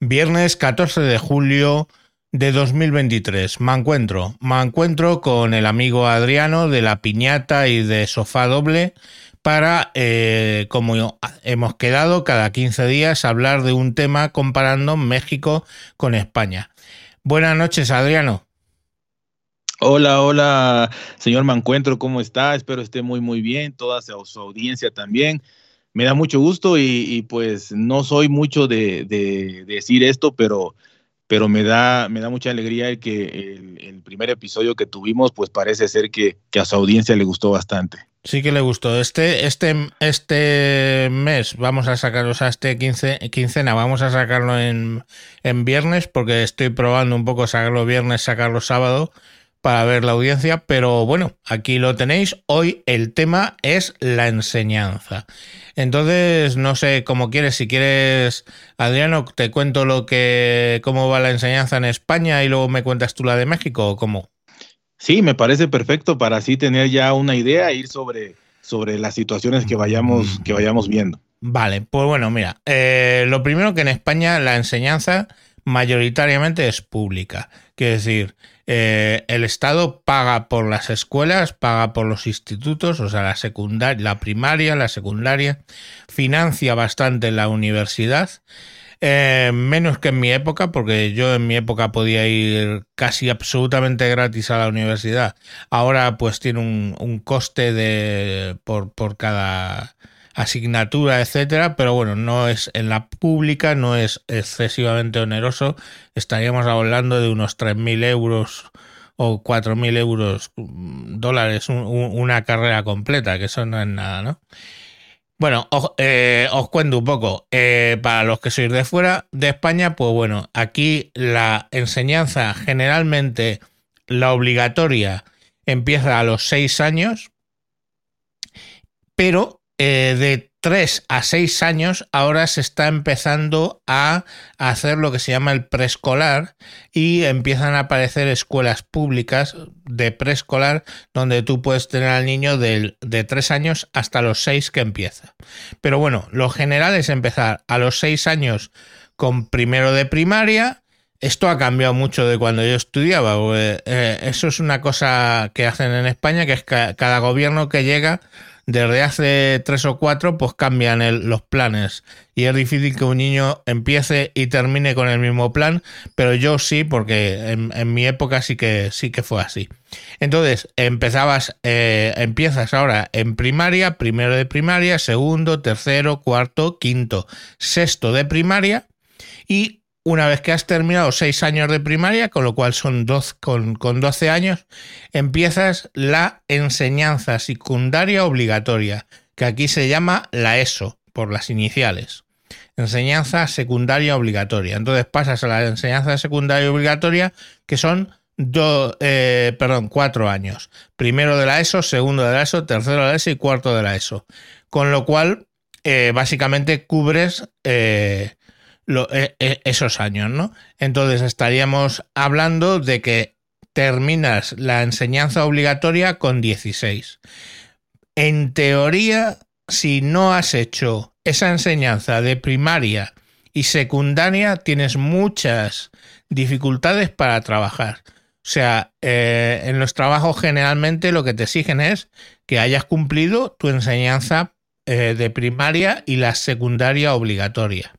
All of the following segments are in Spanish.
Viernes 14 de julio de 2023. Me encuentro con el amigo Adriano de La Piñata y de Sofá Doble para, como hemos quedado, cada 15 días hablar de un tema comparando México con España. Buenas noches, Adriano. Hola, señor Mancuentro, ¿cómo está? Espero esté muy bien, toda su audiencia también. Me da mucho gusto y pues no soy mucho de decir esto, pero me da mucha alegría el que el primer episodio que tuvimos, pues parece ser que a su audiencia le gustó bastante. Sí que le gustó. Este mes vamos a sacarlo, o sea, quincena, vamos a sacarlo en viernes, porque estoy probando un poco sacarlo viernes, sacarlo sábado para ver la audiencia, pero bueno, aquí lo tenéis. Hoy el tema es la enseñanza. Entonces, no sé cómo quieres, si quieres, Adriano, te cuento cómo va la enseñanza en España y luego me cuentas tú la de México, ¿o cómo? Sí, me parece perfecto para así tener ya una idea e ir sobre las situaciones que vayamos viendo. Vale, pues bueno, mira, lo primero, que en España la enseñanza mayoritariamente es pública, quiere decir, el Estado paga por las escuelas, paga por los institutos, o sea, la secundaria, la primaria, la secundaria, financia bastante la universidad. Menos que en mi época, porque yo en mi época podía ir casi absolutamente gratis a la universidad. Ahora pues tiene un coste por cada asignatura, etcétera, pero bueno, no es en la pública, no es excesivamente oneroso. Estaríamos hablando de unos 3.000 euros o 4.000 euros, dólares, una carrera completa, que eso no es nada, ¿no? Bueno, os cuento un poco. Para los que sois de fuera de España, pues bueno, aquí la enseñanza, generalmente la obligatoria, empieza a los 6 años, pero de 3 a 6 años ahora se está empezando a hacer lo que se llama el preescolar, y empiezan a aparecer escuelas públicas de preescolar donde tú puedes tener al niño de 3 años hasta los 6 que empieza. Pero bueno, lo general es empezar a los 6 años con primero de primaria. Esto ha cambiado mucho de cuando yo estudiaba. Eso es una cosa que hacen en España, que es que cada gobierno que llega desde hace 3 o 4, pues cambian los planes, y es difícil que un niño empiece y termine con el mismo plan, pero yo sí, porque en mi época sí que fue así. Entonces empiezas ahora en primaria, primero de primaria, segundo, tercero, cuarto, quinto, sexto de primaria, y una vez que has terminado 6 años de primaria, con lo cual son con 12 años, empiezas la enseñanza secundaria obligatoria, que aquí se llama la ESO, por las iniciales. Enseñanza secundaria obligatoria. Entonces pasas a la enseñanza secundaria obligatoria, que son 4 años. Primero de la ESO, segundo de la ESO, tercero de la ESO y cuarto de la ESO. Con lo cual, básicamente cubres esos años, ¿no? Entonces estaríamos hablando de que terminas la enseñanza obligatoria con 16. En teoría, si no has hecho esa enseñanza de primaria y secundaria, tienes muchas dificultades para trabajar. O sea, en los trabajos generalmente lo que te exigen es que hayas cumplido tu enseñanza de primaria y la secundaria obligatoria.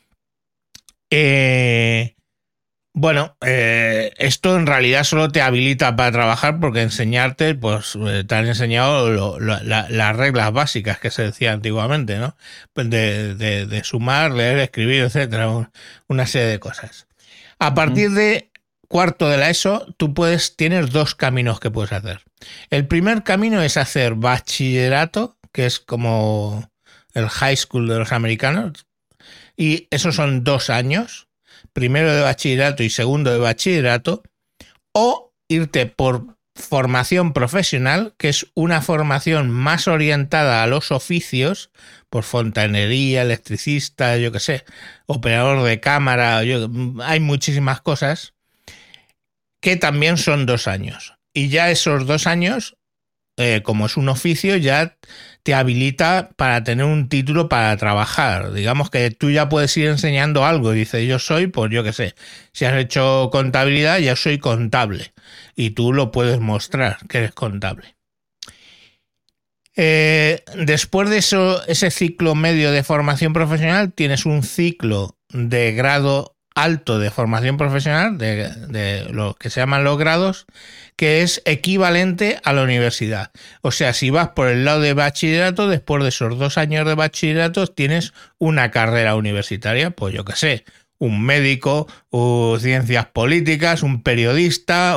Esto en realidad solo te habilita para trabajar, porque enseñarte, pues te han enseñado las reglas básicas que se decía antiguamente, ¿no? Pues de sumar, leer, escribir, etcétera, una serie de cosas. A partir de cuarto de la ESO, tienes 2 caminos que puedes hacer. El primer camino es hacer bachillerato, que es como el high school de los americanos, y esos son 2 años, primero de bachillerato y segundo de bachillerato, o irte por formación profesional, que es una formación más orientada a los oficios, por fontanería, electricista, yo qué sé, operador de cámara, hay muchísimas cosas, que también son 2 años. Y ya esos 2 años como es un oficio, ya te habilita para tener un título para trabajar. Digamos que tú ya puedes ir enseñando algo. Dice, yo soy, pues yo qué sé, si has hecho contabilidad, ya soy contable. Y tú lo puedes mostrar que eres contable. Después de eso, ese ciclo medio de formación profesional, tienes un ciclo de grado alto de formación profesional, de lo que se llaman los grados, que es equivalente a la universidad. O sea, si vas por el lado de bachillerato, después de esos 2 años de bachillerato, tienes una carrera universitaria, pues yo qué sé, un médico, ciencias políticas, un periodista,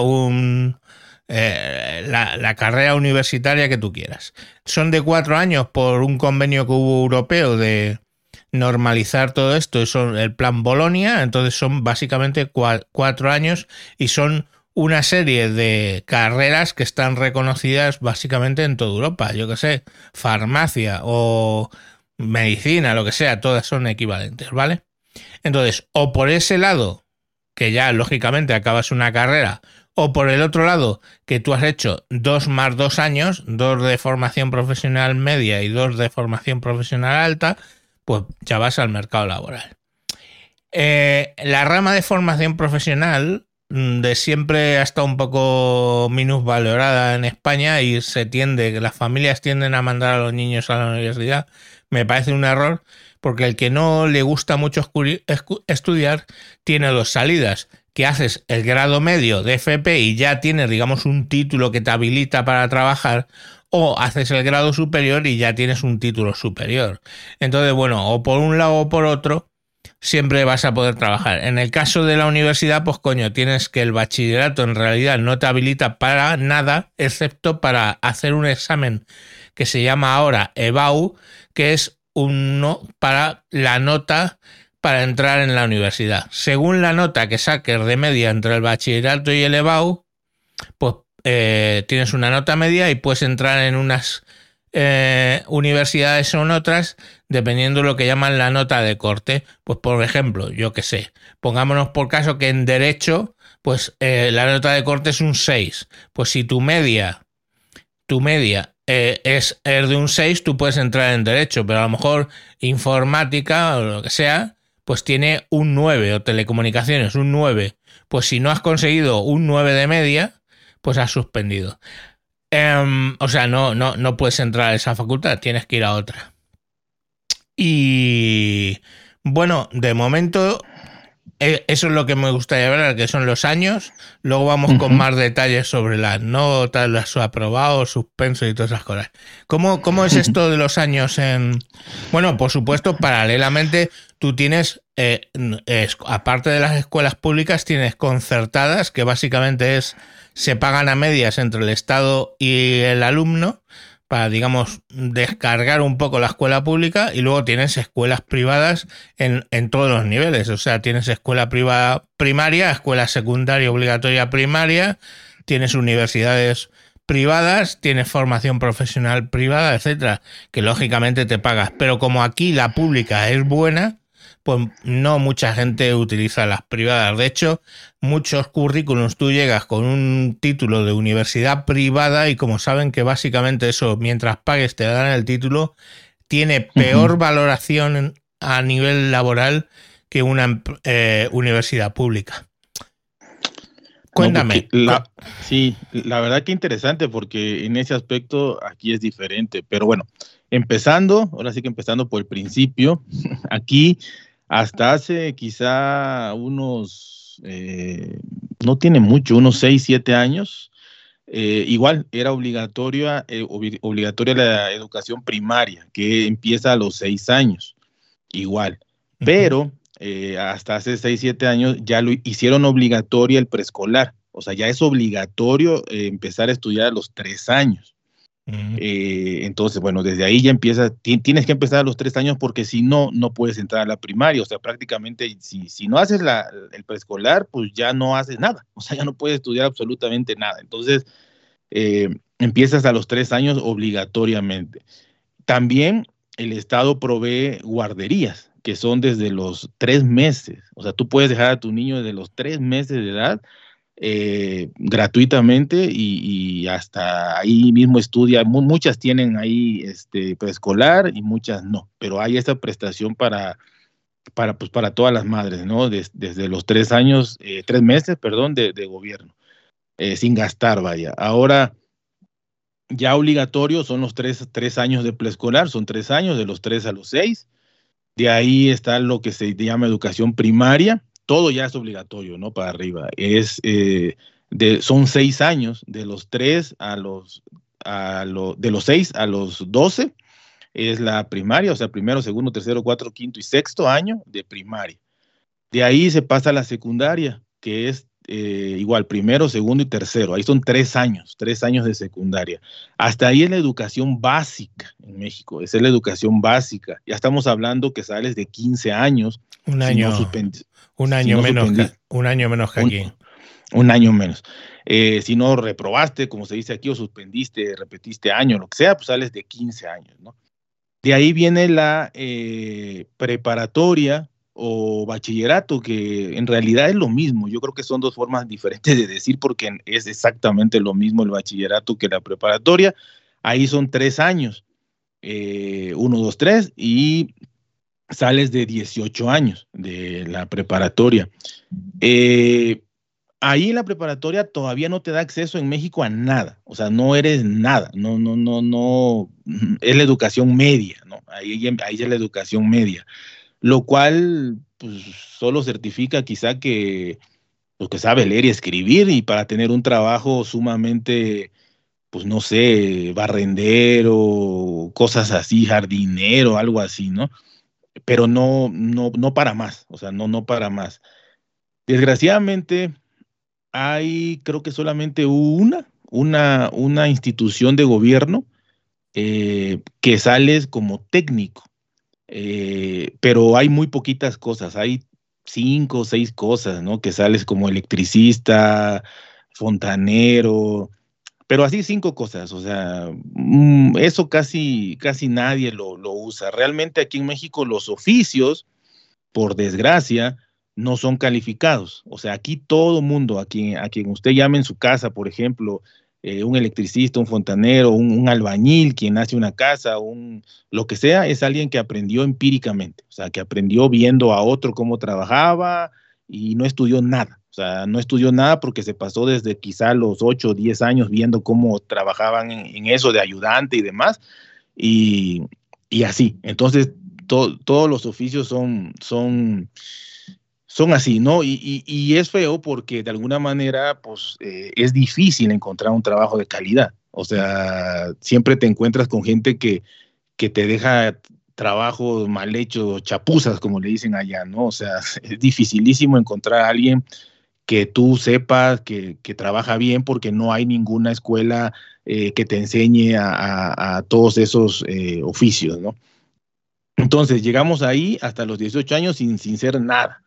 la carrera universitaria que tú quieras. Son de 4 años por un convenio que hubo europeo de normalizar todo esto, son el plan Bolonia, entonces son básicamente 4 años y son una serie de carreras que están reconocidas básicamente en toda Europa. Yo que sé, farmacia o medicina, lo que sea, todas son equivalentes, ¿vale? Entonces, o por ese lado, que ya lógicamente acabas una carrera, o por el otro lado, que tú has hecho 2 más 2 años, 2 de formación profesional media y 2 de formación profesional alta, pues ya vas al mercado laboral. La rama de formación profesional de siempre ha estado un poco minusvalorada en España y las familias tienden a mandar a los niños a la universidad. Me parece un error porque el que no le gusta mucho estudiar tiene 2 salidas. Que haces el grado medio de FP y ya tienes, digamos, un título que te habilita para trabajar, o haces el grado superior y ya tienes un título superior. Entonces, bueno, o por un lado o por otro, siempre vas a poder trabajar. En el caso de la universidad, pues coño, tienes que el bachillerato en realidad no te habilita para nada, excepto para hacer un examen que se llama ahora EBAU, que es para la nota para entrar en la universidad. Según la nota que saques de media entre el bachillerato y el EBAU, pues tienes una nota media y puedes entrar en unas universidades o en otras, dependiendo de lo que llaman la nota de corte. Pues por ejemplo, yo qué sé, pongámonos por caso que en Derecho, pues la nota de corte es un 6. Pues si tu media es de un 6, tú puedes entrar en Derecho, pero a lo mejor informática o lo que sea, pues tiene un 9, o telecomunicaciones un 9. Pues si no has conseguido un 9 de media, pues has suspendido. O sea, no puedes entrar a esa facultad, tienes que ir a otra. Y bueno, de momento eso es lo que me gustaría ver, que son los años. Luego vamos con más detalles sobre las notas, los aprobados, suspensos y todas esas cosas. ¿Cómo es esto de los años Bueno, por supuesto, paralelamente tú tienes, aparte de las escuelas públicas, tienes concertadas, que básicamente se pagan a medias entre el Estado y el alumno, para, digamos, descargar un poco la escuela pública, y luego tienes escuelas privadas en todos los niveles. O sea, tienes escuela privada primaria, escuela secundaria obligatoria primaria, tienes universidades privadas, tienes formación profesional privada, etcétera, que lógicamente te pagas. Pero como aquí la pública es buena, pues no mucha gente utiliza las privadas. De hecho, muchos currículums tú llegas con un título de universidad privada y como saben que básicamente eso, mientras pagues te dan el título, tiene peor valoración a nivel laboral que una universidad pública. Cuéntame. Sí, la verdad que interesante, porque en ese aspecto aquí es diferente. Pero bueno, ahora sí que empezando por el principio, aquí hasta hace quizá no tiene mucho, unos 6, 7 años, igual era obligatoria la educación primaria, que empieza a los 6 años, igual. Pero hasta hace 6, 7 años ya lo hicieron obligatoria el preescolar. O sea, ya es obligatorio empezar a estudiar a los 3 años. Entonces, bueno, desde ahí ya tienes que empezar a los 3 años, porque si no, no puedes entrar a la primaria. O sea, prácticamente si no haces el preescolar, pues ya no haces nada. O sea, ya no puedes estudiar absolutamente nada. Entonces, empiezas a los 3 años obligatoriamente. También el Estado provee guarderías, que son desde los 3 meses. O sea, tú puedes dejar a tu niño desde los 3 meses de edad gratuitamente y hasta ahí mismo estudia. Muchas tienen ahí preescolar y muchas no, pero hay esa prestación pues, para todas las madres, ¿no? Desde los 3 años, 3 meses, perdón, de gobierno, sin gastar, vaya. Ahora, ya obligatorio son los 3 años de preescolar, son 3 años, de los 3 a los 6. De ahí está lo que se llama educación primaria. Todo ya es obligatorio, ¿no? Para arriba. Son 6 años, de los 3 de los 6 a los 12 es la primaria, o sea, primero, segundo, tercero, cuarto, quinto y sexto año de primaria. De ahí se pasa a la secundaria, que es igual, primero, segundo y tercero. Ahí son 3 años, 3 años de secundaria. Hasta ahí es la educación básica en México, esa es la educación básica. Ya estamos hablando que sales de 15 años. Un si no año, suspendi- un si año no menos suspendi- un año menos que un, aquí. un año menos. Si no reprobaste, como se dice aquí, o suspendiste, repetiste año, lo que sea, pues sales de 15 años, ¿no? De ahí viene la preparatoria o bachillerato, que en realidad es lo mismo. Yo creo que son dos formas diferentes de decir, porque es exactamente lo mismo el bachillerato que la preparatoria. Ahí son 3 años, 1, 2, 3, y sales de 18 años de la preparatoria. Eh, Ahí en la preparatoria todavía no te da acceso en México a nada, o sea, no eres nada, no, no, no, no, es la educación media, ¿no? Ahí es la educación media, lo cual pues solo certifica quizá que, pues, que sabe leer y escribir, y para tener un trabajo sumamente, pues no sé, barrendero, cosas así, jardinero, algo así, ¿no? Pero no, no, no para más, o sea, no, no para más. Desgraciadamente, hay, creo que solamente una institución de gobierno que sales como técnico, pero hay muy poquitas cosas, hay 5 o 6 cosas, ¿no? Que sales como electricista, fontanero, pero así 5 cosas, o sea, eso casi, casi nadie lo usa. Realmente aquí en México los oficios, por desgracia, no son calificados. O sea, aquí todo mundo, a quien usted llame en su casa, por ejemplo, un electricista, un fontanero, un albañil, quien hace una casa, lo que sea, es alguien que aprendió empíricamente, o sea, que aprendió viendo a otro cómo trabajaba y no estudió nada. O sea, no estudió nada porque se pasó desde quizá los 8 o 10 años viendo cómo trabajaban en eso de ayudante y demás, y, y así. Entonces, todos los oficios son así, ¿no? Y es feo porque de alguna manera, pues, es difícil encontrar un trabajo de calidad. O sea, siempre te encuentras con gente que te deja trabajos mal hechos, chapuzas, como le dicen allá, ¿no? O sea, es dificilísimo encontrar a alguien que tú sepas que trabaja bien, porque no hay ninguna escuela que te enseñe a todos esos oficios, ¿no? Entonces, llegamos ahí hasta los 18 años sin ser nada.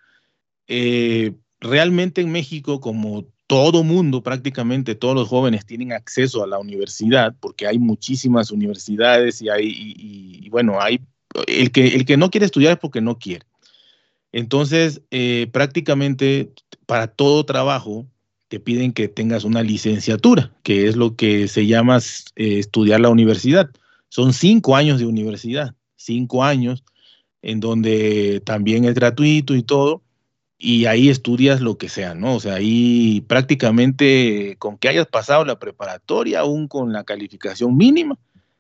Realmente en México, como todo mundo, prácticamente todos los jóvenes tienen acceso a la universidad, porque hay muchísimas universidades y bueno, hay el que no quiere estudiar es porque no quiere. Entonces, prácticamente para todo trabajo te piden que tengas una licenciatura, que es lo que se llama estudiar la universidad. Son 5 años de universidad, 5 años en donde también es gratuito y todo, y ahí estudias lo que sea, ¿no? O sea, ahí prácticamente con que hayas pasado la preparatoria, aún con la calificación mínima,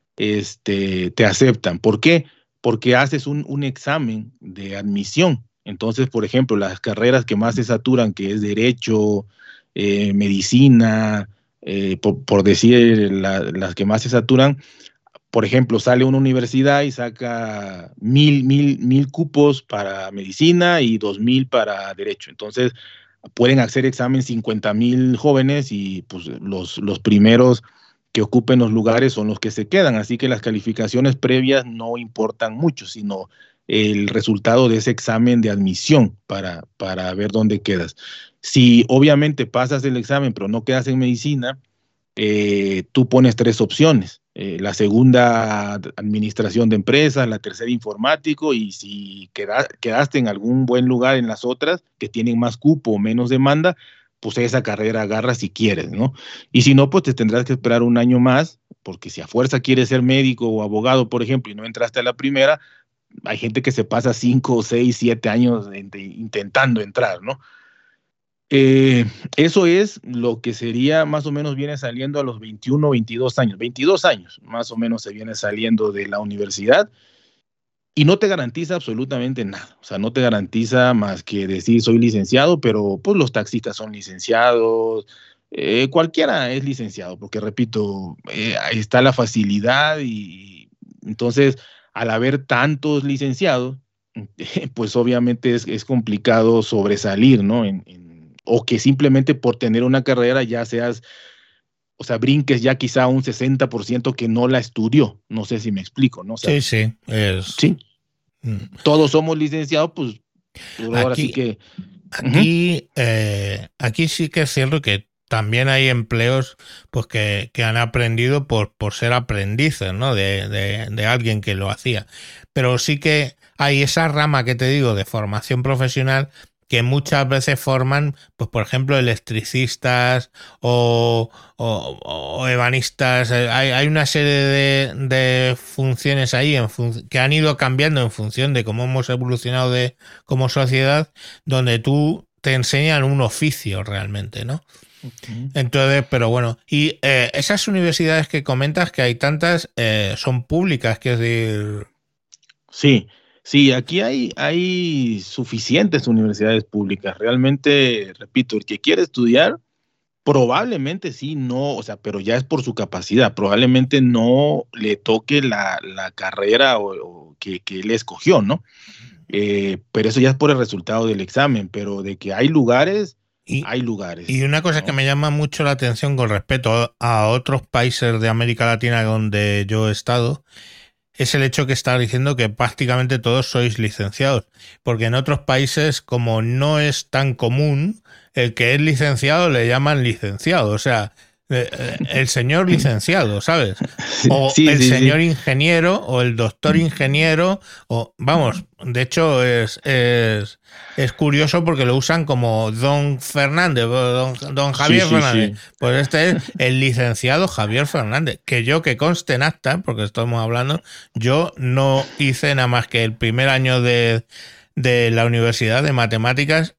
te aceptan. ¿Por qué? Porque haces un examen de admisión. Entonces, por ejemplo, las carreras que más se saturan, que es derecho, medicina, por decir las que más se saturan, por ejemplo, sale una universidad y saca 1,000 cupos para medicina y 2,000 para derecho. Entonces, pueden hacer examen 50,000 jóvenes, y pues los primeros que ocupen los lugares son los que se quedan. Así que las calificaciones previas no importan mucho, sino el resultado de ese examen de admisión para ver dónde quedas. Si obviamente pasas el examen pero no quedas en medicina, tú pones 3 opciones. La segunda, administración de empresas; la tercera, informático; y si quedaste en algún buen lugar en las otras, que tienen más cupo o menos demanda, pues esa carrera agarras si quieres, ¿no? Y si no, pues te tendrás que esperar un año más, porque si a fuerza quieres ser médico o abogado, por ejemplo, y no entraste a la primera, hay gente que se pasa 5, 6, 7 años intentando entrar, ¿no? Eh, Eso es lo que sería, más o menos viene saliendo a los 21, 22 años. 22 años, más o menos se viene saliendo de la universidad y no te garantiza absolutamente nada. O sea, no te garantiza más que decir soy licenciado, pero pues los taxistas son licenciados, cualquiera es licenciado, porque repito, ahí está la facilidad y entonces al haber tantos licenciados, pues obviamente es complicado sobresalir, ¿no? O que simplemente por tener una carrera ya seas, o sea, brinques ya quizá un 60% que no la estudió. No sé si me explico, ¿no? O sea, Sí, sí, es... sí, todos somos licenciados, pues ahora sí Aquí, que... Ujú. aquí sí que es cierto que también hay empleos pues que han aprendido por ser aprendices, ¿no? De alguien que lo hacía. Pero sí que hay esa rama que te digo de formación profesional que muchas veces forman, pues por ejemplo, electricistas o ebanistas. Hay una serie de funciones ahí que han ido cambiando en función de cómo hemos evolucionado como sociedad, donde tú te enseñan un oficio realmente, ¿no? Ujú. Entonces, pero bueno, y esas universidades que comentas, que hay tantas, son públicas, quiero decir... Sí, sí, aquí hay suficientes universidades públicas. Realmente, repito, el que quiere estudiar, probablemente sí, no, o sea, pero ya es por su capacidad, probablemente no le toque la carrera o que él escogió, ¿no? Pero eso ya es por el resultado del examen, pero de que Y, hay y lugares, una cosa que ¿no? me llama mucho la atención con respecto a otros países de América Latina donde yo he estado, es el hecho que está diciendo que prácticamente todos sois licenciados, porque en otros países, como no es tan común, el que es licenciado le llaman licenciado, o sea, el señor licenciado, ¿sabes? O Sí, el sí, sí. señor ingeniero, o el doctor ingeniero, o vamos, de hecho es curioso porque lo usan como don Fernández, don Sí, Javier sí, Fernández. sí. Pues este es el licenciado Javier Fernández, que conste en acta, porque estamos hablando, yo no hice nada más que el primer año de la universidad de matemáticas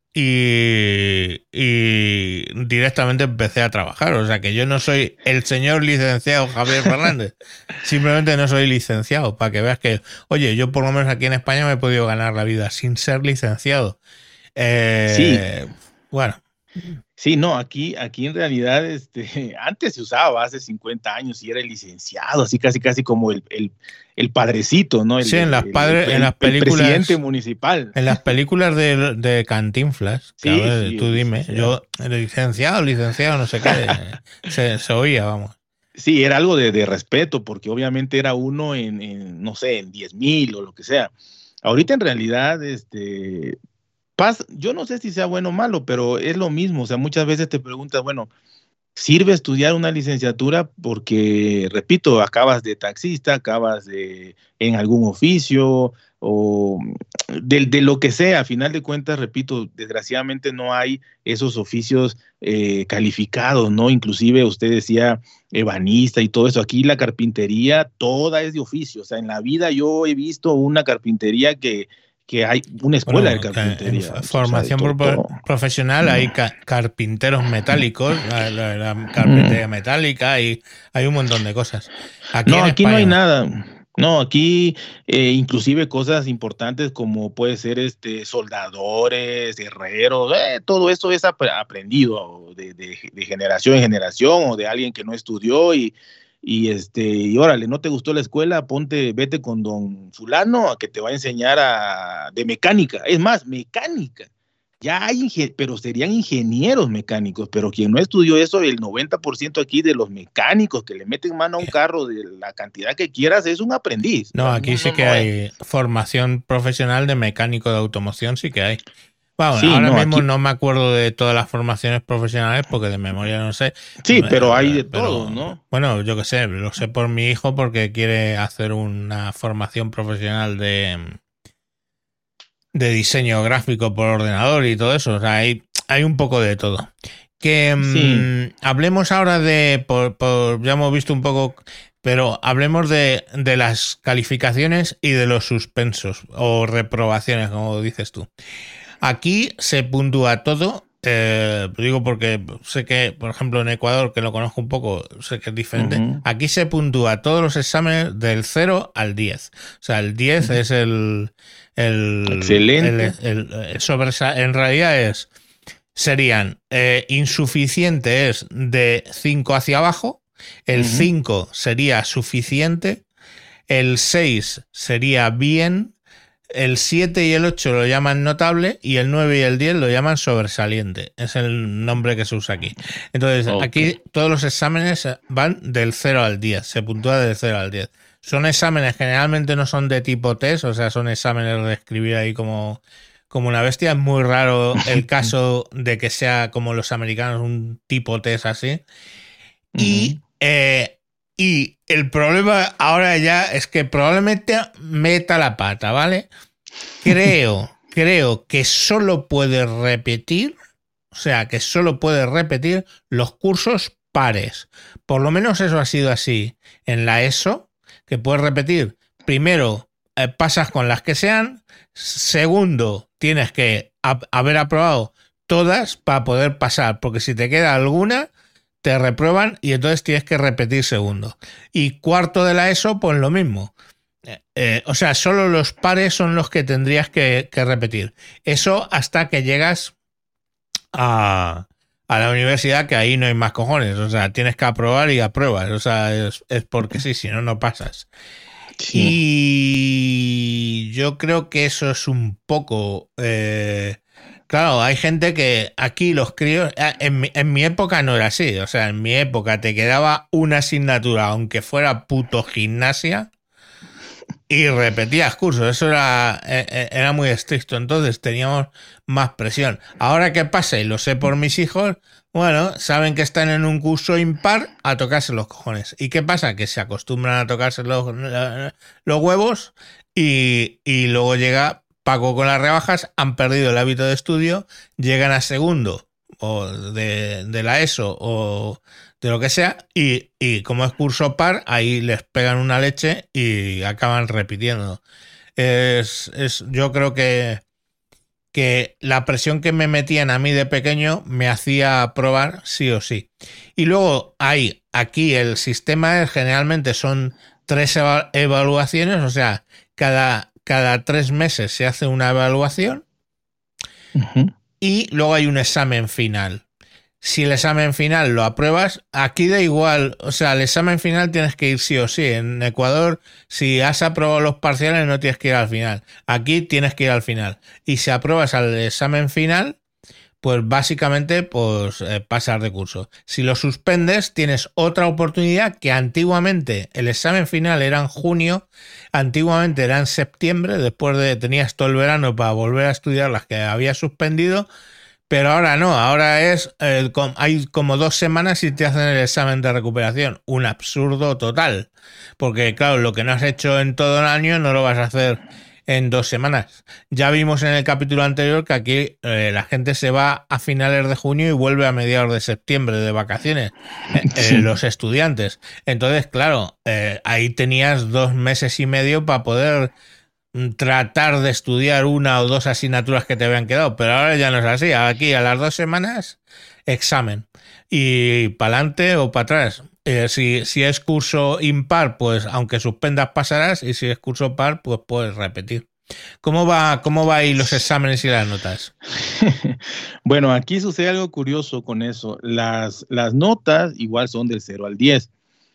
y directamente empecé a trabajar. O sea que yo no soy el señor licenciado Javier Fernández. Simplemente no soy licenciado, para que veas que, oye, yo por lo menos aquí en España me he podido ganar la vida sin ser licenciado. Sí, Eh, bueno, sí, no, aquí en realidad, antes se usaba, hace 50 años, y era el licenciado, así casi, casi como el padrecito, ¿no? sí, El presidente municipal. en las películas de Cantinflas, que a Sí, ver, sí, el tú dime, licenciado. yo, licenciado, licenciado, no sé qué, se oía, vamos. Sí, era algo de respeto, porque obviamente era uno no sé, en 10,000 o lo que sea. Ahorita en realidad, yo no sé si sea bueno o malo, pero es lo mismo. O sea, muchas veces te preguntas, bueno, sirve estudiar una licenciatura porque, repito, acabas de taxista, acabas en algún oficio o de lo que sea. A final de cuentas, repito, desgraciadamente no hay esos oficios calificados, ¿no? Inclusive usted decía ebanista y todo eso. Aquí la carpintería toda es de oficio. O sea, en la vida yo he visto una carpintería que hay una escuela de Bueno, que en carpintería. O sea, de formación todo. profesional hay carpinteros metálicos, la Mm. carpintería metálica, hay un montón de cosas. Aquí No, en aquí no hay España, nada. No, aquí inclusive cosas importantes como puede ser soldadores, herreros, todo eso es aprendido de generación en generación o de alguien que no estudió y órale, no te gustó la escuela, vete con don fulano a que te va a enseñar de mecánica. Es más, mecánica. Ya pero serían ingenieros mecánicos, pero quien no estudió eso, el 90% aquí de los mecánicos que le meten mano a un carro de la cantidad que quieras es un aprendiz. O no, sea, aquí no, sí no, que no. hay formación profesional de mecánico de automoción, sí que hay. Bueno, Sí, ahora no, mismo aquí, no me acuerdo de todas las formaciones profesionales porque de memoria no sé, sí, pero hay de todo, pero ¿no? bueno, yo qué sé, lo sé por mi hijo porque quiere hacer una formación profesional de diseño gráfico por ordenador y todo eso, o sea, hay un poco de todo. que Sí. hablemos ahora de, ya hemos visto un poco, pero hablemos de las calificaciones y de los suspensos o reprobaciones, como dices tú. Aquí se puntúa todo. Digo porque sé que, por ejemplo, en Ecuador, que lo conozco un poco, sé que es diferente. Ujú. Aquí se puntúa todos los exámenes del 0 al 10. O sea, el 10 es Excelente. en realidad serían insuficiente es de 5 hacia abajo, el Ujú. 5 sería suficiente, el 6 sería bien, el 7 y el 8 lo llaman notable y el 9 y el 10 lo llaman sobresaliente. Es el nombre que se usa aquí. Entonces, Ok. aquí todos los exámenes van del 0 al 10. Se puntúa del 0 al 10. Son exámenes, generalmente no son de tipo test, o sea, son exámenes de escribir ahí como una bestia. Es muy raro el caso de que sea como los americanos, un tipo test así. Ujú. Y el problema ahora ya es que probablemente meta la pata, ¿vale? Creo que solo puede repetir, o sea, que solo puede repetir los cursos pares. Por lo menos eso ha sido así en la ESO, que puedes repetir. Primero, pasas con las que sean. Segundo, tienes que haber aprobado todas para poder pasar, porque si te queda alguna, te reprueban y entonces tienes que repetir segundo. Y cuarto de la ESO, pues lo mismo. O sea, solo los pares son los que tendrías que repetir. Eso hasta que llegas a la universidad, que ahí no hay más cojones. O sea, tienes que aprobar y apruebas. O sea, es porque sí, si no, no pasas. Sí. Y yo creo que eso es un poco... claro, hay gente que aquí los críos... En mi época no era así. O sea, en mi época te quedaba una asignatura, aunque fuera puto gimnasia, y repetías cursos. Eso era muy estricto. Entonces teníamos más presión. Ahora que pasa, y lo sé por mis hijos, bueno, saben que están en un curso impar a tocarse los cojones. ¿Y qué pasa? Que se acostumbran a tocarse los huevos y luego llega Paco con las rebajas, han perdido el hábito de estudio, llegan a segundo o de la ESO o de lo que sea, y como es curso par, ahí les pegan una leche y acaban repitiendo. Yo creo que la presión que me metían a mí de pequeño me hacía probar sí o sí. Y luego aquí el sistema generalmente son 3 evaluaciones, o sea, cada 3 meses se hace una evaluación Ujú. y luego hay un examen final. Si el examen final lo apruebas, aquí da igual, o sea, el examen final tienes que ir sí o sí. En Ecuador, si has aprobado los parciales, no tienes que ir al final. Aquí tienes que ir al final. Y si apruebas al examen final, pues básicamente pues pasar de curso. Si lo suspendes, tienes otra oportunidad que antiguamente el examen final era en junio, antiguamente era en septiembre, tenías todo el verano para volver a estudiar las que habías suspendido. Pero ahora no, ahora hay como 2 semanas y te hacen el examen de recuperación. Un absurdo total. Porque claro, lo que no has hecho en todo el año no lo vas a hacer en 2 semanas. Ya vimos en el capítulo anterior que aquí la gente se va a finales de junio y vuelve a mediados de septiembre de vacaciones. Sí. Los estudiantes. Entonces, claro, ahí tenías 2 meses y medio para poder tratar de estudiar una o dos asignaturas que te habían quedado, pero ahora ya no es así. Aquí a las 2 semanas, examen. Y para adelante o para atrás. Si es curso impar, pues aunque suspendas pasarás, y si es curso par, pues puedes repetir. ¿Cómo va ahí los exámenes y las notas? Bueno, aquí sucede algo curioso con eso. Las notas igual son del 0 al 10.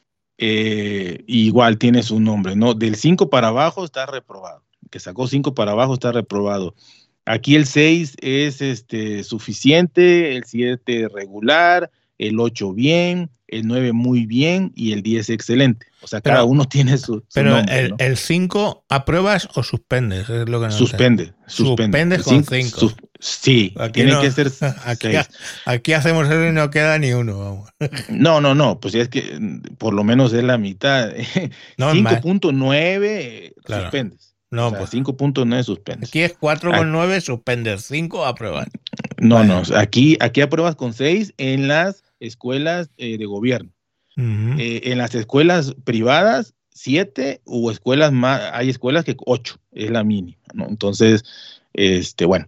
Igual tiene su nombre, ¿no? Del 5 para abajo está reprobado. Que sacó 5 para abajo está reprobado. Aquí el 6 es suficiente, el 7 regular, el 8 bien, el 9 muy bien y el 10 excelente. O sea, cada Pero, uno tiene su pero nombre, ¿no? el 5, ¿apruebas o suspendes? Es lo que no entiendo. Suspende. Suspendes El con 5, 5. sí, Aquí tiene no, que ser aquí, 6. aquí hacemos eso y no queda ni uno, vamos. No, pues es que por lo menos es la mitad. No es más, 5.9 claro. suspendes. O No, sea, pues 5.9 suspendes. aquí es 4,9, suspender 5, aprobar. No, no, Vaya. aquí apruebas con 6 en las escuelas de gobierno. Ujú. En las escuelas privadas, 7 o escuelas más, hay escuelas que 8 es la mínima, ¿no? Entonces, bueno,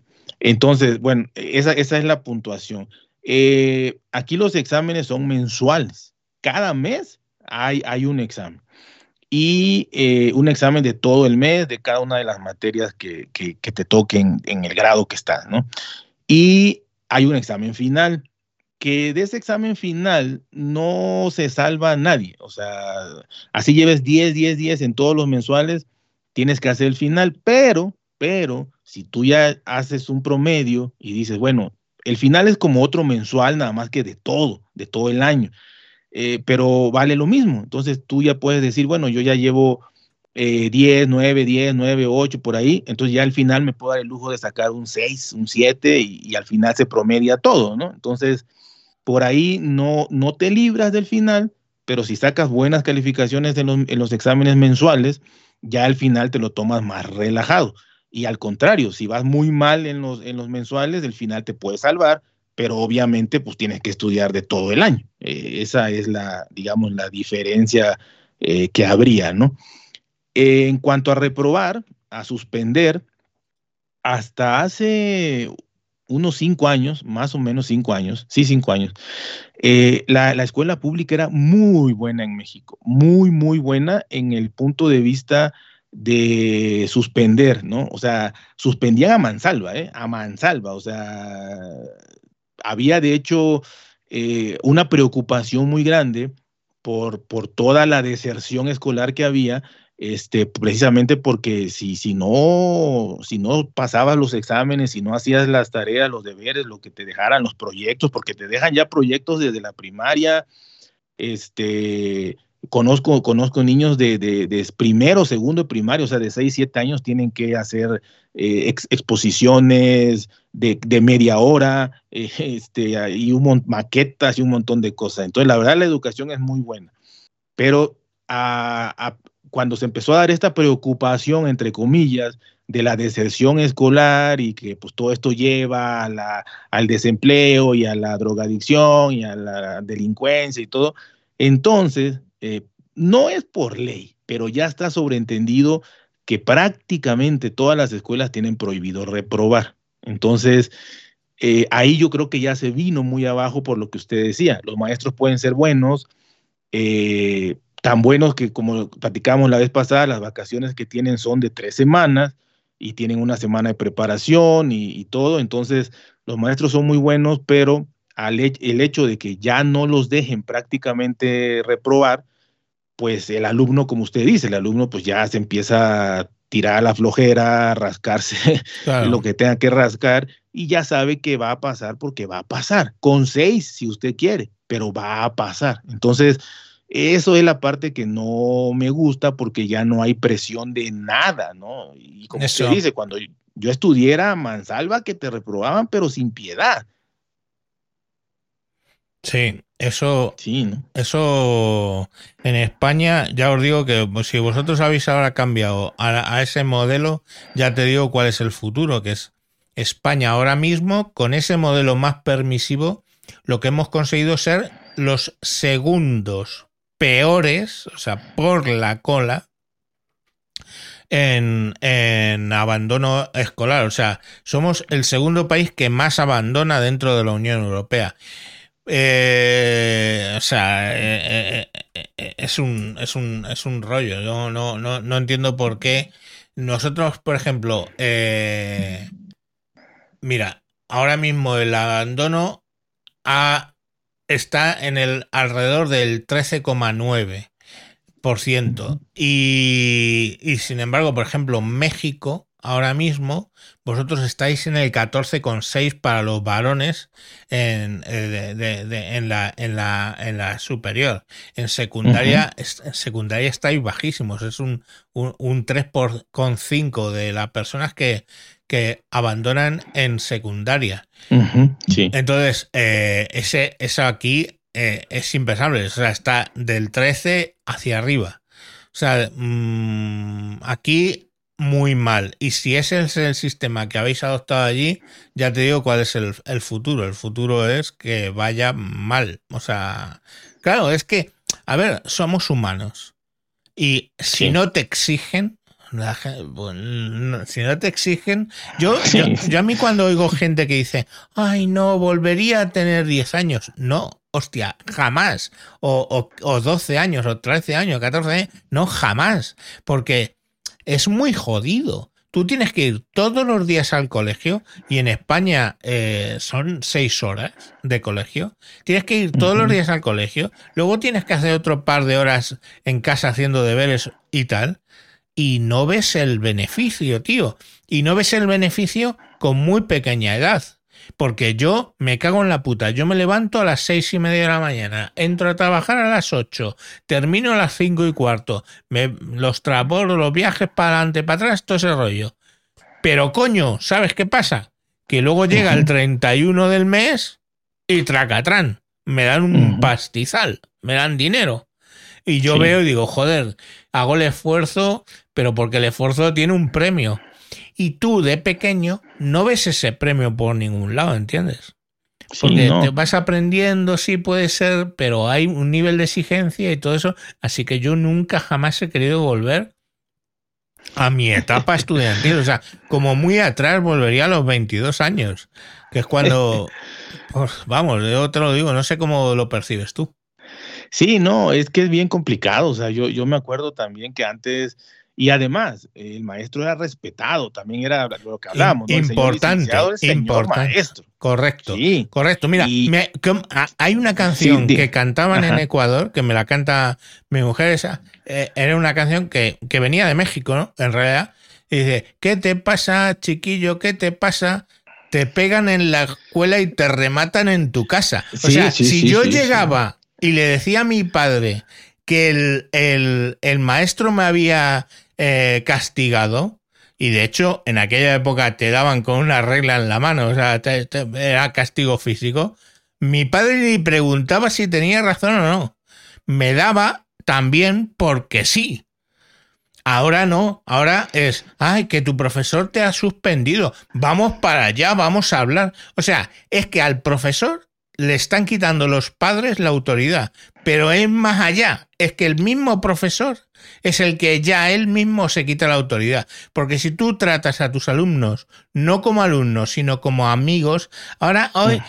esa es la puntuación. Aquí los exámenes son mensuales. Cada mes hay un examen. Y un examen de todo el mes, de cada una de las materias que te toquen en el grado que estás, ¿no? Y hay un examen final, que de ese examen final no se salva a nadie. O sea, así lleves 10 en todos los mensuales, tienes que hacer el final, pero, si tú ya haces un promedio y dices, bueno, el final es como otro mensual, nada más que de todo el año, pero vale lo mismo. Entonces tú ya puedes decir, bueno, yo ya llevo 10, 9, 8 por ahí, entonces ya al final me puedo dar el lujo de sacar un 6 un 7 y al final se promedia todo, ¿no? Entonces, por ahí no te libras del final, pero si sacas buenas calificaciones en los exámenes mensuales, ya al final te lo tomas más relajado. Y al contrario, si vas muy mal en los mensuales, el final te puede salvar, pero obviamente pues tienes que estudiar de todo el año. Esa es digamos, la diferencia que habría, ¿no? En cuanto a reprobar, a suspender, hasta hace unos 5 años, más o menos 5 años, sí, 5 años, la escuela pública era muy buena en México, muy, muy buena en el punto de vista de suspender, ¿no? O sea, suspendían a mansalva, ¿eh? A mansalva, o sea, había de hecho una preocupación muy grande por toda la deserción escolar que había, precisamente porque si no pasabas los exámenes, si no hacías las tareas, los deberes, lo que te dejaran, los proyectos, porque te dejan ya proyectos desde la primaria, este, conozco niños de primero, segundo de primaria, o sea, de 6 7 años, tienen que hacer exposiciones de media hora, y maquetas y un montón de cosas. Entonces, la verdad, la educación es muy buena. Pero cuando se empezó a dar esta preocupación, entre comillas, de la deserción escolar y que pues todo esto lleva al desempleo y a la drogadicción y a la delincuencia y todo, entonces no es por ley, pero ya está sobreentendido que prácticamente todas las escuelas tienen prohibido reprobar. Entonces, ahí yo creo que ya se vino muy abajo por lo que usted decía. Los maestros pueden ser buenos, tan buenos que, como platicamos la vez pasada, las vacaciones que tienen son de 3 semanas y tienen una semana de preparación y todo. Entonces, los maestros son muy buenos, pero el hecho de que ya no los dejen prácticamente reprobar, pues el alumno, como usted dice, el alumno pues ya se empieza a tirar a la flojera, a rascarse lo Claro. que tenga que rascar y ya sabe que va a pasar porque va a pasar, con 6 si usted quiere, pero va a pasar. Entonces, eso es la parte que no me gusta porque ya no hay presión de nada, ¿no? Y como usted Eso. dice, cuando yo estudiara mansalva que te reprobaban, pero sin piedad. Sí, eso, Sí, ¿no? eso en España, ya os digo que pues, si vosotros habéis ahora cambiado a ese modelo, ya te digo cuál es el futuro, que es España ahora mismo, con ese modelo más permisivo, lo que hemos conseguido ser los segundos peores, o sea, por la cola, en abandono escolar. O sea, somos el segundo país que más abandona dentro de la Unión Europea. O sea, es un rollo. Yo no entiendo por qué. Nosotros, por ejemplo, mira, ahora mismo el abandono está en el alrededor del 13,9%. Y sin embargo, por ejemplo, México, ahora mismo, vosotros estáis en el 14,6 para los varones en la superior. Ujú, En secundaria estáis bajísimos. Es un 3,5 de las personas que abandonan en secundaria. ujú, sí. Entonces, eso aquí es impensable. O sea, está del 13 hacia arriba. O sea, aquí muy mal. Y si ese es el sistema que habéis adoptado allí, ya te digo cuál es el futuro. El futuro es que vaya mal. O sea, claro, es que, a ver, somos humanos. Y si Sí. no te exigen, bueno, si no te exigen, yo a mí cuando oigo gente que dice, ay no, volvería a tener 10 años, no, hostia, jamás, o 12 años, o 13 años, 14 años, no, jamás, porque es muy jodido. Tú tienes que ir todos los días al colegio y en España son 6 horas de colegio. Tienes que ir todos los días al colegio, luego tienes que hacer otro par de horas en casa haciendo deberes y tal, y no ves el beneficio, tío. Y no ves el beneficio con muy pequeña edad. Porque yo me cago en la puta. Yo me levanto a las 6:30 de la mañana, entro a trabajar a las 8, termino a las 5:15, los transportes, los viajes para adelante, para atrás, todo ese rollo. Pero coño, ¿sabes qué pasa? Que luego llega el 31 del mes y tracatrán. Me dan un pastizal, me dan dinero. Y yo veo y digo, joder, hago el esfuerzo, pero porque el esfuerzo tiene un premio. Y tú de pequeño no ves ese premio por ningún lado, ¿entiendes? Porque te vas aprendiendo, sí puede ser, pero hay un nivel de exigencia y todo eso. Así que yo nunca jamás he querido volver a mi etapa estudiantil. O sea, como muy atrás volvería a los 22 años, que es cuando, pues, vamos, yo te lo digo, no sé cómo lo percibes tú. Sí, no, es que es bien complicado. O sea, yo me acuerdo también que antes, y además, el maestro era respetado, también era lo que hablábamos, ¿no? El señor licenciado, el señor maestro. Correcto, sí. correcto. Mira, hay una canción que cantaban en Ecuador, que me la canta mi mujer, esa, era una canción que venía de México, ¿no? En realidad, y dice, ¿qué te pasa, chiquillo? ¿Qué te pasa? Te pegan en la escuela y te rematan en tu casa. O sea, si yo llegaba y le decía a mi padre que el maestro me había castigado, y de hecho en aquella época te daban con una regla en la mano, o sea, era castigo físico, mi padre ni preguntaba si tenía razón o no. Me daba también porque sí. Ahora no, ahora es, ay, que tu profesor te ha suspendido, vamos para allá, vamos a hablar. O sea, es que al profesor le están quitando los padres la autoridad, pero es más allá, es que el mismo profesor es el que ya él mismo se quita la autoridad, porque si tú tratas a tus alumnos no como alumnos, sino como amigos, ahora hoy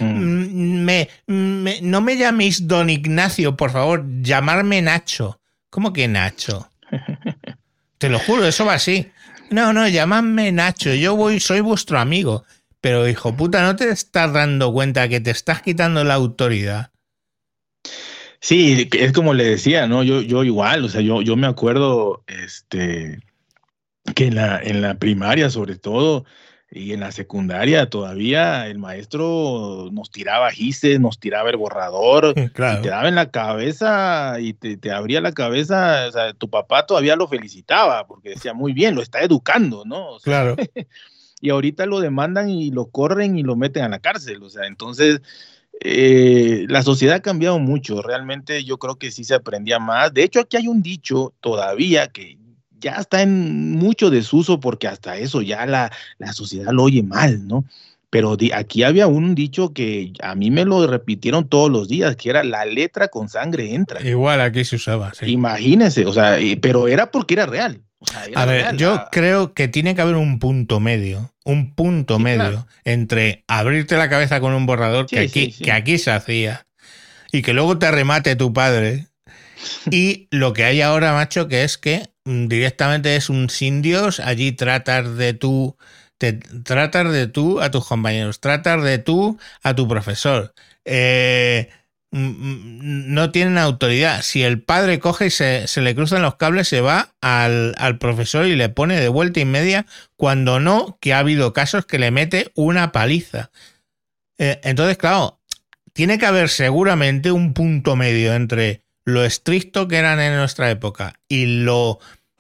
no me llaméis don Ignacio, por favor, llamarme Nacho. ¿Cómo que Nacho? Te lo juro, eso va así. No, llamadme Nacho, soy vuestro amigo. Pero, hijo puta, ¿no te estás dando cuenta que te estás quitando la autoridad? Sí, es como le decía, ¿no? Yo igual, o sea, yo me acuerdo, que en la primaria sobre todo, y en la secundaria todavía, el maestro nos tiraba gises, nos tiraba el borrador, y te Claro. daba en la cabeza, y te abría la cabeza. O sea, tu papá todavía lo felicitaba, porque decía, muy bien, lo está educando, ¿no? O sea, Claro. y ahorita lo demandan y lo corren y lo meten a la cárcel. O sea, entonces la sociedad ha cambiado mucho. Realmente yo creo que sí se aprendía más. De hecho, aquí hay un dicho todavía que ya está en mucho desuso, porque hasta eso ya la sociedad lo oye mal, ¿no? Pero aquí había un dicho que a mí me lo repitieron todos los días, que era: la letra con sangre entra. Igual aquí se usaba, sí. Imagínense, o sea, pero era porque era real. O sea, era A ver, real. yo creo que tiene que haber un punto medio Claro. entre abrirte la cabeza con un borrador, Sí, que aquí se hacía, y que luego te remate tu padre, y lo que hay ahora, macho, que es que directamente es un sin Dios, allí tratas de tú a tus compañeros, tratas de tú a tu profesor. No tienen autoridad. Si el padre coge y se le cruzan los cables, se va al profesor y le pone de vuelta y media, cuando no, que ha habido casos que le mete una paliza. Entonces, claro, tiene que haber seguramente un punto medio entre lo estricto que eran en nuestra época y lo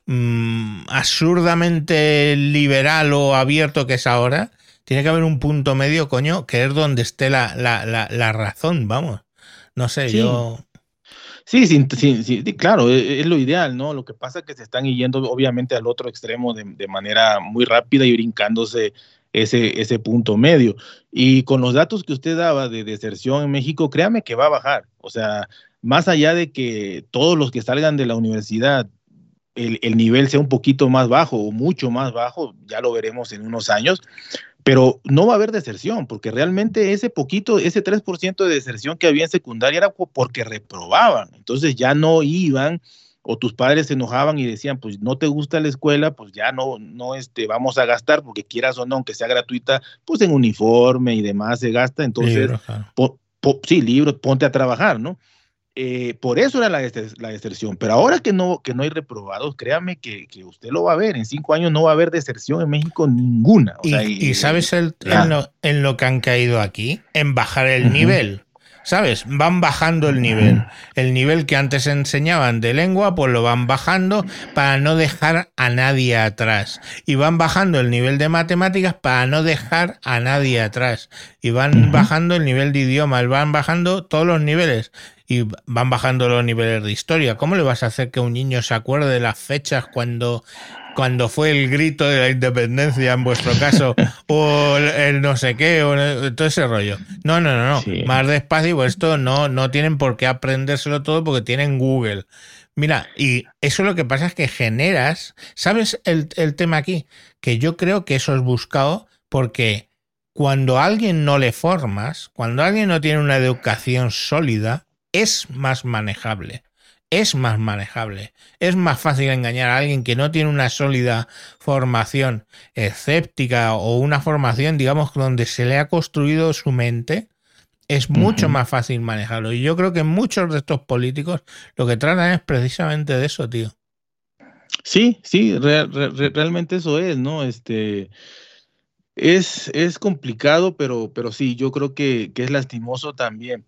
absurdamente liberal o abierto que es ahora. Tiene que haber un punto medio, coño, que es donde esté la razón, vamos. No sé, Sí. yo... Sí, sí, claro, es lo ideal, ¿no? Lo que pasa es que se están yendo obviamente al otro extremo de manera muy rápida y brincándose ese punto medio. Y con los datos que usted daba de deserción en México, créame que va a bajar. O sea, más allá de que todos los que salgan de la universidad, el nivel sea un poquito más bajo o mucho más bajo, ya lo veremos en unos años, pero no va a haber deserción, porque realmente ese poquito, ese 3% de deserción que había en secundaria era porque reprobaban, entonces ya no iban, o tus padres se enojaban y decían, pues no te gusta la escuela, pues ya no vamos a gastar, porque quieras o no, aunque sea gratuita, pues en uniforme y demás se gasta, entonces, Libros, claro. sí, libros, ponte a trabajar, ¿no? Por eso era la deserción. Pero ahora que no hay reprobados, créame que usted lo va a ver. En 5 años no va a haber deserción en México ninguna. O sea, Y sabes nada. en lo que han caído aquí, en bajar el Ujú, nivel. ¿Sabes? Van bajando el nivel. El nivel que antes enseñaban de lengua, pues lo van bajando para no dejar a nadie atrás. Y van bajando el nivel de matemáticas para no dejar a nadie atrás. Y van ujú. bajando el nivel de idiomas, van bajando todos los niveles. Y van bajando los niveles de historia. ¿Cómo le vas a hacer que un niño se acuerde de las fechas cuando fue el grito de la independencia en vuestro caso, o el no sé qué, o todo ese rollo? No, no, no, no. Sí, Más despacio, pues esto no tienen por qué aprendérselo todo porque tienen Google. Mira, y eso lo que pasa es que generas, ¿sabes el tema aquí? Que yo creo que eso es buscado porque cuando a alguien no le formas, cuando alguien no tiene una educación sólida, es más manejable. Es más manejable. Es más fácil engañar a alguien que no tiene una sólida formación escéptica o una formación, digamos, donde se le ha construido su mente. Es mucho ujú. más fácil manejarlo. Y yo creo que muchos de estos políticos lo que tratan es precisamente de eso, tío. Sí, sí, realmente eso es, ¿no? Es complicado, pero sí, yo creo que es lastimoso también.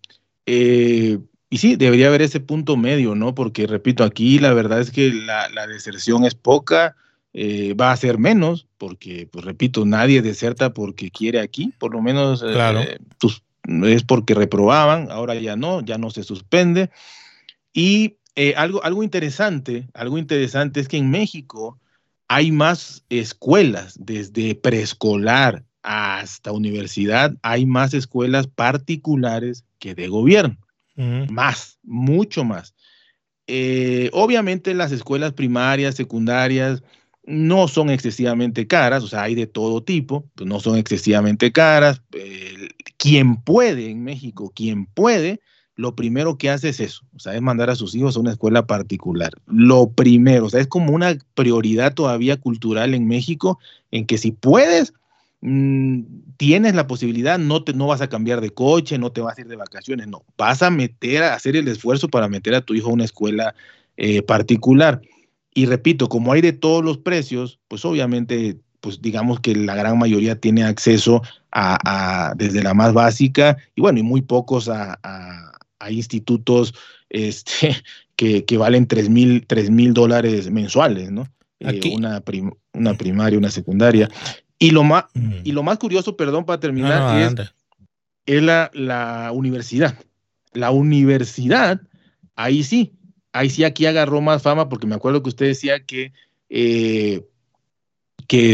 Y sí, debería haber ese punto medio, ¿no? Porque, repito, aquí la verdad es que la deserción es poca, va a ser menos, porque, pues repito, nadie deserta porque quiere aquí, por lo menos Claro. es porque reprobaban, ahora ya no se suspende. Y algo interesante es que en México hay más escuelas, desde preescolar hasta universidad, hay más escuelas particulares que de gobierno, Mm. más, mucho más. Obviamente las escuelas primarias, secundarias, no son excesivamente caras, o sea, hay de todo tipo, pues no son excesivamente caras. Quien puede en México, quien puede, lo primero que hace es eso, o sea, es mandar a sus hijos a una escuela particular. Lo primero, o sea, es como una prioridad todavía cultural en México, en que si puedes, mmm, tienes la posibilidad, no vas a cambiar de coche, no te vas a ir de vacaciones, no, vas a a hacer el esfuerzo para meter a tu hijo a una escuela particular. Y repito, como hay de todos los precios, pues obviamente, pues digamos que la gran mayoría tiene acceso desde la más básica y bueno, y muy pocos a institutos este, que valen $3,000 mensuales, ¿no? Aquí. Una primaria, una secundaria. Y lo más, y Mm. lo más curioso, perdón, para No, no, terminar, adelante. es la universidad. La universidad, ahí sí, ahí sí aquí agarró más fama, porque me acuerdo que usted decía eh, que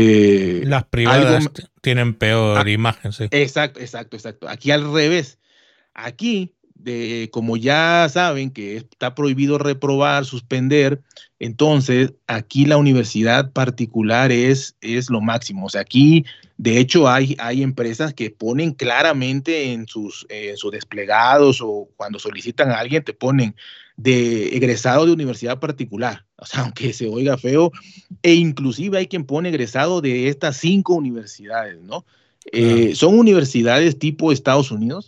Las algo, privadas tienen peor ah, imagen, sí. exacto, exacto, exacto. Aquí al revés. Aquí, como ya saben que está prohibido reprobar, suspender, entonces aquí la universidad particular es lo máximo. O sea, aquí, de hecho, hay empresas que ponen claramente en sus desplegados o cuando solicitan a alguien, te ponen de egresado de universidad particular. O sea, aunque se oiga feo, e inclusive hay quien pone egresado de estas 5 universidades, ¿no? Claro. Son universidades tipo Estados Unidos,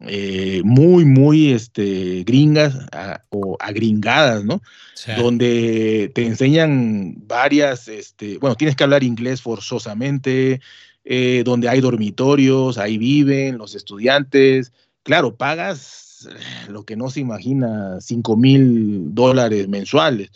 muy, muy gringas o agringadas, ¿no? Sí. Donde te enseñan varias, bueno, tienes que hablar inglés forzosamente, donde hay dormitorios, ahí viven los estudiantes. Claro, pagas lo que no se imagina, $5,000 mensuales.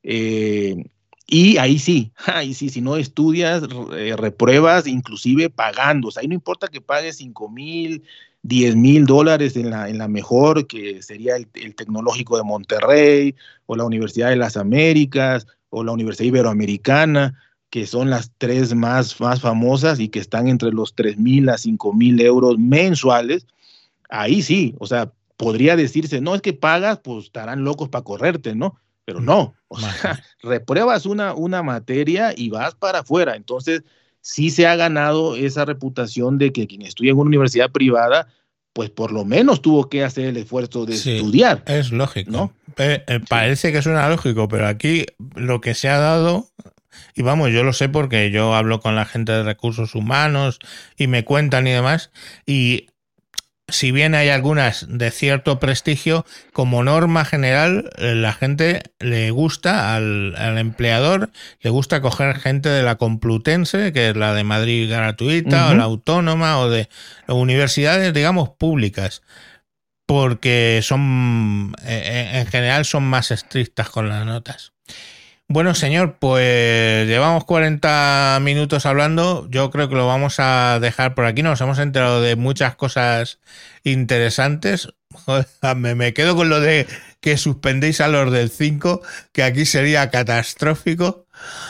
Eh, y ahí sí, si no estudias, repruebas, inclusive pagando. O sea, ahí no importa que pagues 5,000, $10,000 en la mejor, que sería el Tecnológico de Monterrey, o la Universidad de las Américas, o la Universidad Iberoamericana, que son las tres más famosas y que están entre los 3,000 a 5,000 euros mensuales. Ahí sí, o sea, podría decirse, no, es que pagas, pues estarán locos para correrte, ¿no? Pero no, o sea, repruebas una materia y vas para afuera. Entonces, sí se ha ganado esa reputación de que quien estudia en una universidad privada, pues por lo menos tuvo que hacer el esfuerzo de estudiar. Es lógico, ¿no? Parece que suena lógico, pero aquí lo que se ha dado, y vamos, yo lo sé porque yo hablo con la gente de recursos humanos y me cuentan y demás, y si bien hay algunas de cierto prestigio, como norma general, la gente le gusta al empleador, le gusta coger gente de la Complutense, que es la de Madrid gratuita, o la Autónoma, o de universidades, digamos, públicas, porque son, en general, son más estrictas con las notas. Bueno, señor, pues llevamos 40 minutos hablando. Yo creo que lo vamos a dejar por aquí. Nos hemos enterado de muchas cosas interesantes. Joder, me quedo con lo de que suspendéis a los del 5, que aquí sería catastrófico.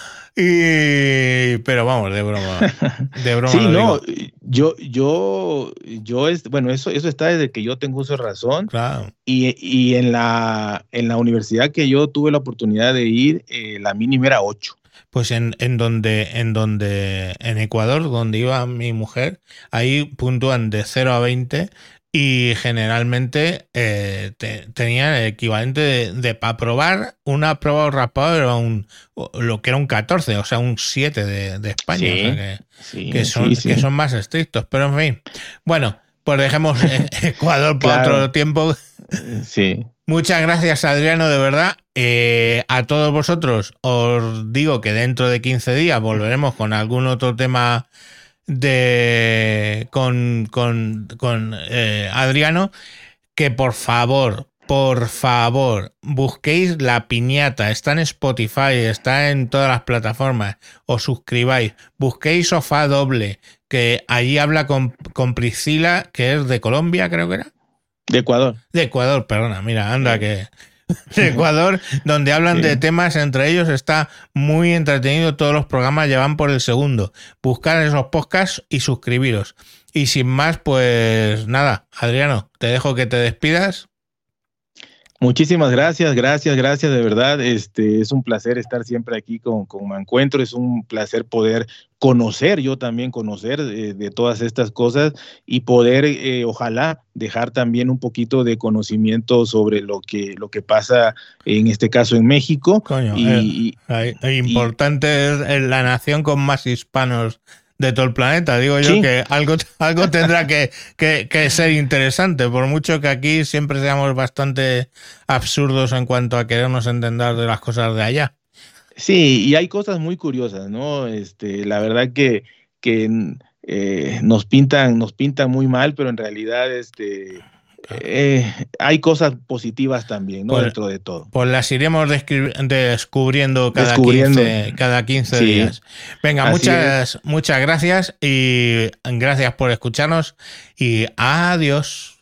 Pero vamos, de broma. De broma. Sí, no, bueno, eso está desde que yo tengo uso de razón. Claro. Y en la universidad que yo tuve la oportunidad de ir, la mínima era 8. Pues en Ecuador, donde iba mi mujer, ahí puntúan de 0 a 20 y generalmente tenían el equivalente de para probar una prueba o raspado era lo que era un 14, o sea, un 7 de España. Sí, o sea que son más estrictos, pero en fin. Bueno, pues dejemos Ecuador para otro tiempo. Sí. Muchas gracias, Adriano, de verdad. A todos vosotros os digo que dentro de 15 días volveremos con algún otro tema con Adriano, que por favor, busquéis La Piñata. Está en Spotify, está en todas las plataformas. Os suscribáis. Busquéis Sofá Doble, que allí habla con Priscila, que es de Colombia, creo que era. De Ecuador. De Ecuador, perdona, mira, anda que... De Ecuador, donde hablan de temas, entre ellos está muy entretenido, todos los programas ya van por el segundo. Buscar esos podcasts y suscribiros. Y sin más, pues nada, Adriano, te dejo que te despidas. Muchísimas gracias, de verdad. Es un placer estar siempre aquí con Mancuentro, es un placer poder conocer de todas estas cosas y poder, ojalá, dejar también un poquito de conocimiento sobre lo que pasa, en este caso, en México. Coño, importante es la nación con más hispanos de todo el planeta. Digo yo que algo tendrá que ser interesante, por mucho que aquí siempre seamos bastante absurdos en cuanto a querernos entender de las cosas de allá. Sí, y hay cosas muy curiosas, ¿no? La verdad que nos pintan muy mal, pero en realidad hay cosas positivas también, ¿no? Dentro de todo. Pues las iremos descubriendo cada 15 días. Venga, muchas gracias y gracias por escucharnos y adiós.